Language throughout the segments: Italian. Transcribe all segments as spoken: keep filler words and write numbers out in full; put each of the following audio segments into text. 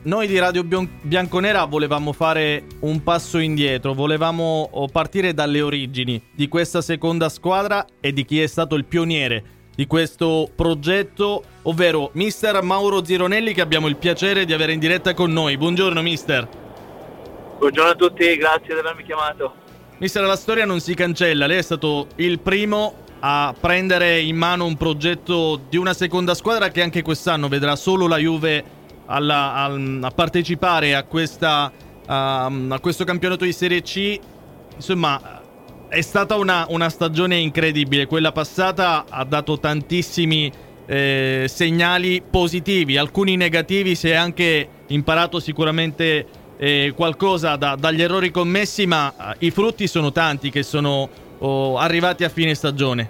noi di Radio Bion- Bianconera volevamo fare un passo indietro, volevamo partire dalle origini di questa seconda squadra e di chi è stato il pioniere di questo progetto, ovvero mister Mauro Zironelli, che abbiamo il piacere di avere in diretta con noi. Buongiorno mister. Buongiorno a tutti, grazie di avermi chiamato. Mister, la storia non si cancella, lei è stato il primo a prendere in mano un progetto di una seconda squadra che anche quest'anno vedrà solo la Juve alla, al, a partecipare a, questa, a, a questo campionato di Serie C. Insomma, è stata una, una stagione incredibile. Quella passata ha dato tantissimi eh, segnali positivi, alcuni negativi. Si è anche imparato sicuramente eh, qualcosa da, dagli errori commessi, ma eh, i frutti sono tanti che sono o arrivati a fine stagione.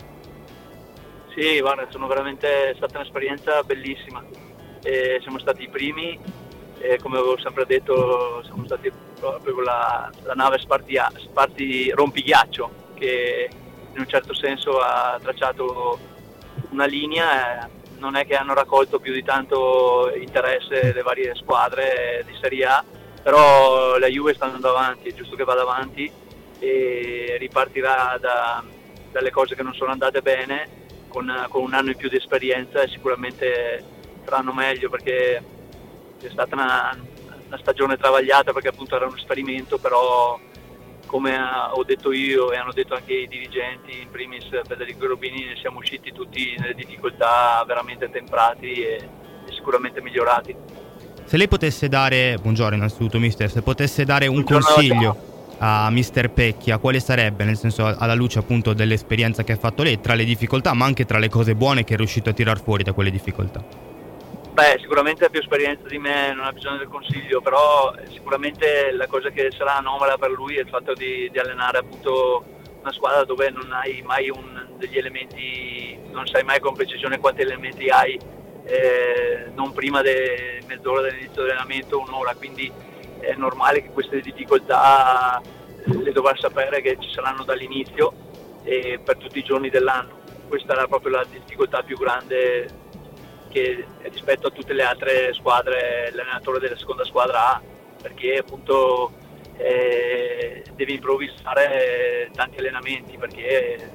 Sì, guarda, sono veramente è stata un'esperienza bellissima. E siamo stati i primi e, come avevo sempre detto, siamo stati proprio la, la nave spartia, sparti rompighiaccio che in un certo senso ha tracciato una linea. Non è che hanno raccolto più di tanto interesse le varie squadre di Serie A, però la Juve sta andando avanti, è giusto che vada avanti e ripartirà da, dalle cose che non sono andate bene con, con un anno in più di esperienza e sicuramente faranno meglio, perché è stata una, una stagione travagliata perché appunto era un esperimento, però come ho detto io e hanno detto anche i dirigenti, in primis Federico Robini, ne siamo usciti tutti nelle difficoltà veramente temprati e, e sicuramente migliorati. Se lei potesse dare, buongiorno innanzitutto mister, se potesse dare un Buongiorno, consiglio a mister Pecchia, quale sarebbe, nel senso alla luce appunto dell'esperienza che ha fatto lei, tra le difficoltà ma anche tra le cose buone che è riuscito a tirar fuori da quelle difficoltà? Beh, sicuramente ha più esperienza di me, non ha bisogno del consiglio, però sicuramente la cosa che sarà anomala per lui è il fatto di, di allenare appunto una squadra dove non hai mai un, degli elementi, non sai mai con precisione quanti elementi hai, eh, non prima di mezz'ora dell'inizio dell'allenamento, un'ora, quindi è normale che queste difficoltà le dovrà sapere che ci saranno dall'inizio e per tutti i giorni dell'anno. Questa era proprio la difficoltà più grande che rispetto a tutte le altre squadre l'allenatore della seconda squadra ha, perché appunto eh, devi improvvisare tanti allenamenti, perché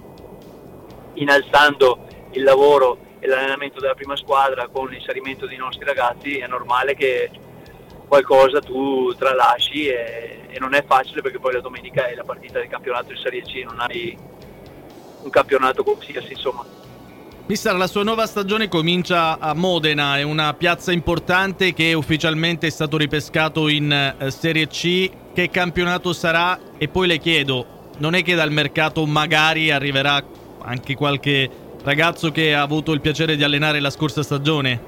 innalzando il lavoro e l'allenamento della prima squadra con l'inserimento dei nostri ragazzi è normale che qualcosa tu tralasci e, e non è facile, perché poi la domenica è la partita del campionato di Serie C, non hai un campionato qualsiasi, insomma. Mister, la sua nuova stagione comincia a Modena, è una piazza importante che ufficialmente è stato ripescato in eh, Serie C. Che campionato sarà? E poi le chiedo, non è che dal mercato magari arriverà anche qualche ragazzo che ha avuto il piacere di allenare la scorsa stagione?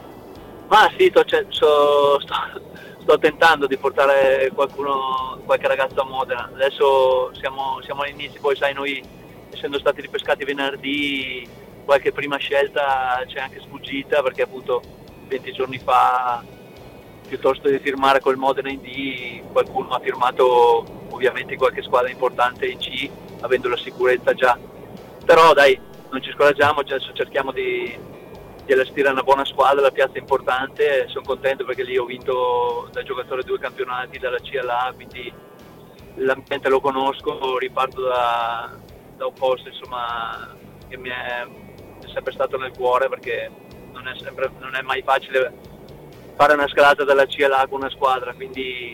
Ma sì, sto, sto, sto, sto tentando di portare qualcuno, qualche ragazzo a Modena. Adesso siamo, siamo all'inizio, poi sai, noi essendo stati ripescati venerdì qualche prima scelta c'è anche sfuggita, perché appunto venti giorni fa, piuttosto di firmare col Modena in D, qualcuno ha firmato ovviamente in qualche squadra importante in C, avendo la sicurezza già. Però dai, non ci scoraggiamo, adesso cerchiamo di, di allestire una buona squadra, la piazza è importante, sono contento perché lì ho vinto da giocatore due campionati dalla C alla A, quindi l'ambiente lo conosco, riparto da, da un posto insomma che mi è, è sempre stato nel cuore, perché non è, sempre, non è mai facile fare una scalata dalla C alla A con una squadra, quindi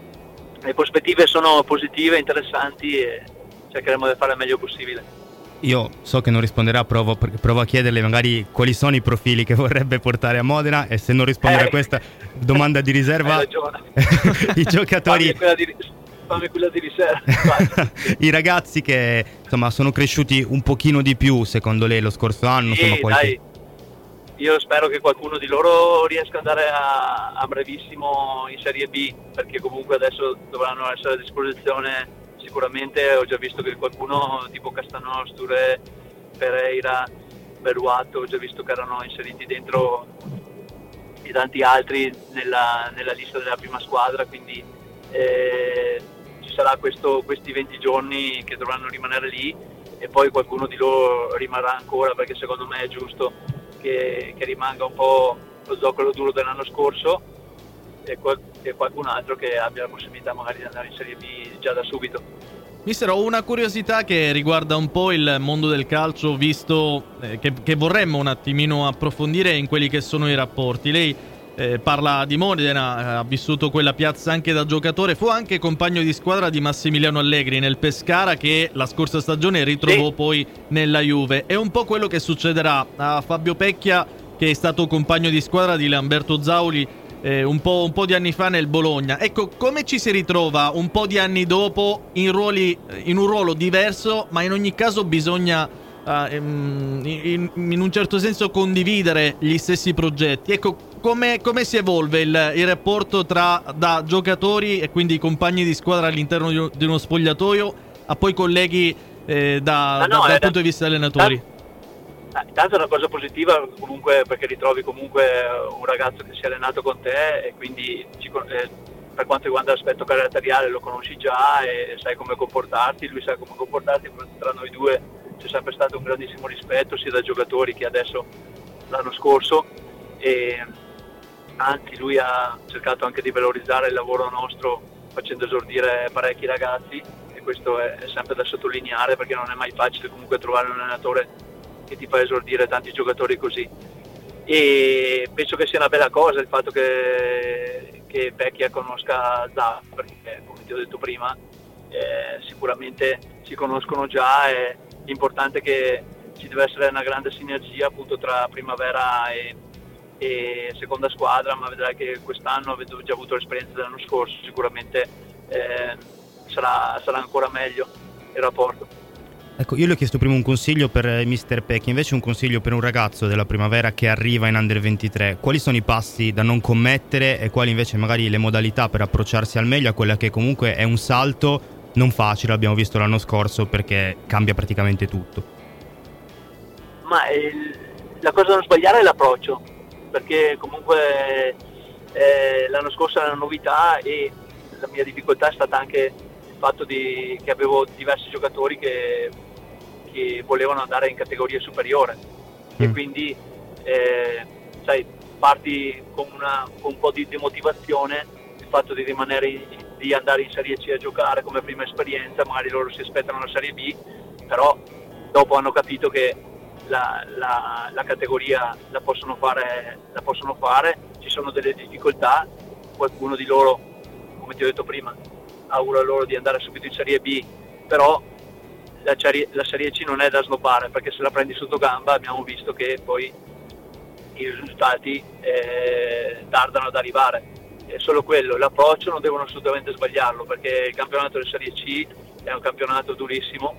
le prospettive sono positive, interessanti e cercheremo di fare il meglio possibile. Io so che non risponderà, provo, provo a chiederle magari quali sono i profili che vorrebbe portare a Modena, e se non risponderà eh, a questa domanda di riserva i giocatori, fammi quella di, fammi quella di riserva i ragazzi che insomma sono cresciuti un pochino di più secondo lei lo scorso anno, sì, insomma, qualche... dai, io spero che qualcuno di loro riesca ad andare a, a brevissimo in Serie B, perché comunque adesso dovranno essere a disposizione. Sicuramente ho già visto che qualcuno tipo Castanos, Touré, Pereira, Beruato, ho già visto che erano inseriti dentro i tanti altri nella, nella lista della prima squadra, quindi eh, ci sarà questo, questi venti giorni che dovranno rimanere lì, e poi qualcuno di loro rimarrà ancora, perché secondo me è giusto che, che rimanga un po' lo zoccolo duro dell'anno scorso, e, qual- e qualcun altro che abbia la possibilità magari di andare in Serie B già da subito. Mister, ho una curiosità che riguarda un po' il mondo del calcio, visto eh, che, che vorremmo un attimino approfondire in quelli che sono i rapporti. Lei eh, parla di Modena, eh, ha vissuto quella piazza anche da giocatore, fu anche compagno di squadra di Massimiliano Allegri nel Pescara, che la scorsa stagione ritrovò sì. poi nella Juve. È un po' quello che succederà a Fabio Pecchia, che è stato compagno di squadra di Lamberto Zauli Eh, un, po', un po' di anni fa nel Bologna. Ecco, come ci si ritrova un po' di anni dopo in, ruoli, in un ruolo diverso, ma in ogni caso bisogna uh, in, in un certo senso condividere gli stessi progetti. Ecco, come, come si evolve il, il rapporto tra da giocatori e quindi compagni di squadra all'interno di, di uno spogliatoio a poi colleghi eh, da, no, da, dal punto di vista degli allenatori? Intanto è una cosa positiva comunque, perché ritrovi comunque un ragazzo che si è allenato con te e quindi ci, eh, per quanto riguarda l'aspetto caratteriale lo conosci già e sai come comportarti, lui sa come comportarti. Tra noi due c'è sempre stato un grandissimo rispetto sia da giocatori che adesso l'anno scorso, e anzi lui ha cercato anche di valorizzare il lavoro nostro facendo esordire parecchi ragazzi, e questo è, è sempre da sottolineare, perché non è mai facile comunque trovare un allenatore che ti fa esordire tanti giocatori così, e penso che sia una bella cosa il fatto che, che Pecchia conosca Zà, perché come ti ho detto prima eh, sicuramente si conoscono già, e l'importante è che ci deve essere una grande sinergia appunto tra primavera e, e seconda squadra, ma vedrai che quest'anno, avendo già avuto l'esperienza dell'anno scorso, sicuramente eh, sarà, sarà ancora meglio il rapporto. Ecco, io le ho chiesto prima un consiglio per mister Pecchia, invece un consiglio per un ragazzo della primavera che arriva in Under ventitré. Quali sono i passi da non commettere e quali invece magari le modalità per approcciarsi al meglio a quella che comunque è un salto non facile, l'abbiamo visto l'anno scorso, perché cambia praticamente tutto? Ma il, la cosa da non sbagliare è l'approccio, perché comunque eh, l'anno scorso era una novità, e la mia difficoltà è stata anche il fatto di, che avevo diversi giocatori che, che volevano andare in categoria superiore mm. e quindi eh, sai, parti con, una, con un po' di demotivazione, il fatto di rimanere in, di andare in Serie C a giocare come prima esperienza, magari loro si aspettano la Serie B, però dopo hanno capito che la, la, la categoria la possono fare, la possono fare, ci sono delle difficoltà, qualcuno di loro, come ti ho detto prima, auguro loro di andare subito in Serie B, però la serie, la serie C non è da snobbare, perché se la prendi sotto gamba abbiamo visto che poi i risultati eh, tardano ad arrivare. È solo quello, l'approccio non devono assolutamente sbagliarlo, perché il campionato della Serie C è un campionato durissimo,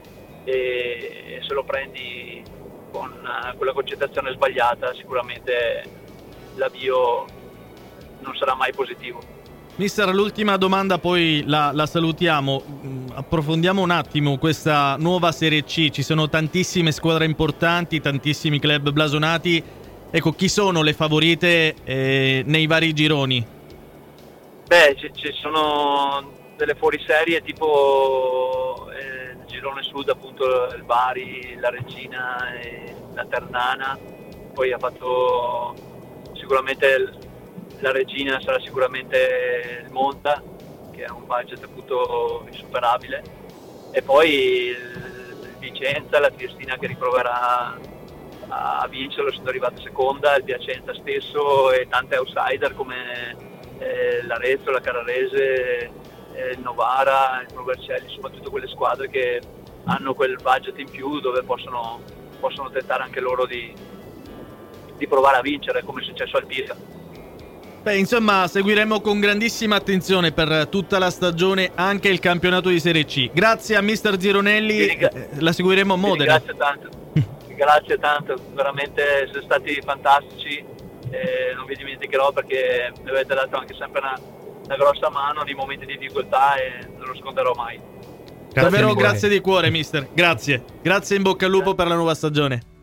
e se lo prendi con quella concentrazione sbagliata sicuramente l'avvio non sarà mai positivo. Mister, l'ultima domanda, poi la, la salutiamo. Approfondiamo un attimo questa nuova Serie C. Ci sono tantissime squadre importanti, tantissimi club blasonati. Ecco, chi sono le favorite eh, nei vari gironi? Beh, ci, ci sono delle fuoriserie tipo eh, il girone sud, appunto il Bari, la Regina e la Ternana. Poi ha fatto sicuramente il, la Regina sarà sicuramente il Monza, che ha un budget appunto insuperabile, e poi il Vicenza, la Triestina che riproverà a vincerlo, essendo arrivata seconda, il Piacenza stesso, e tante outsider come eh, l'Arezzo, la Carrarese, eh, il Novara, il Pro Vercelli, insomma tutte quelle squadre che hanno quel budget in più dove possono, possono tentare anche loro di, di provare a vincere, come è successo al Pisa. Beh, insomma, seguiremo con grandissima attenzione per tutta la stagione anche il campionato di Serie C. Grazie a mister Gironelli, riga- la seguiremo a Modena. Grazie tanto, grazie tanto, veramente siete stati fantastici, eh, non vi dimenticherò, perché mi avete dato anche sempre una, una grossa mano nei momenti di difficoltà e non lo sconterò mai. Grazie Davvero grazie di cuore, mister. Grazie. Grazie, in bocca al lupo per la nuova stagione.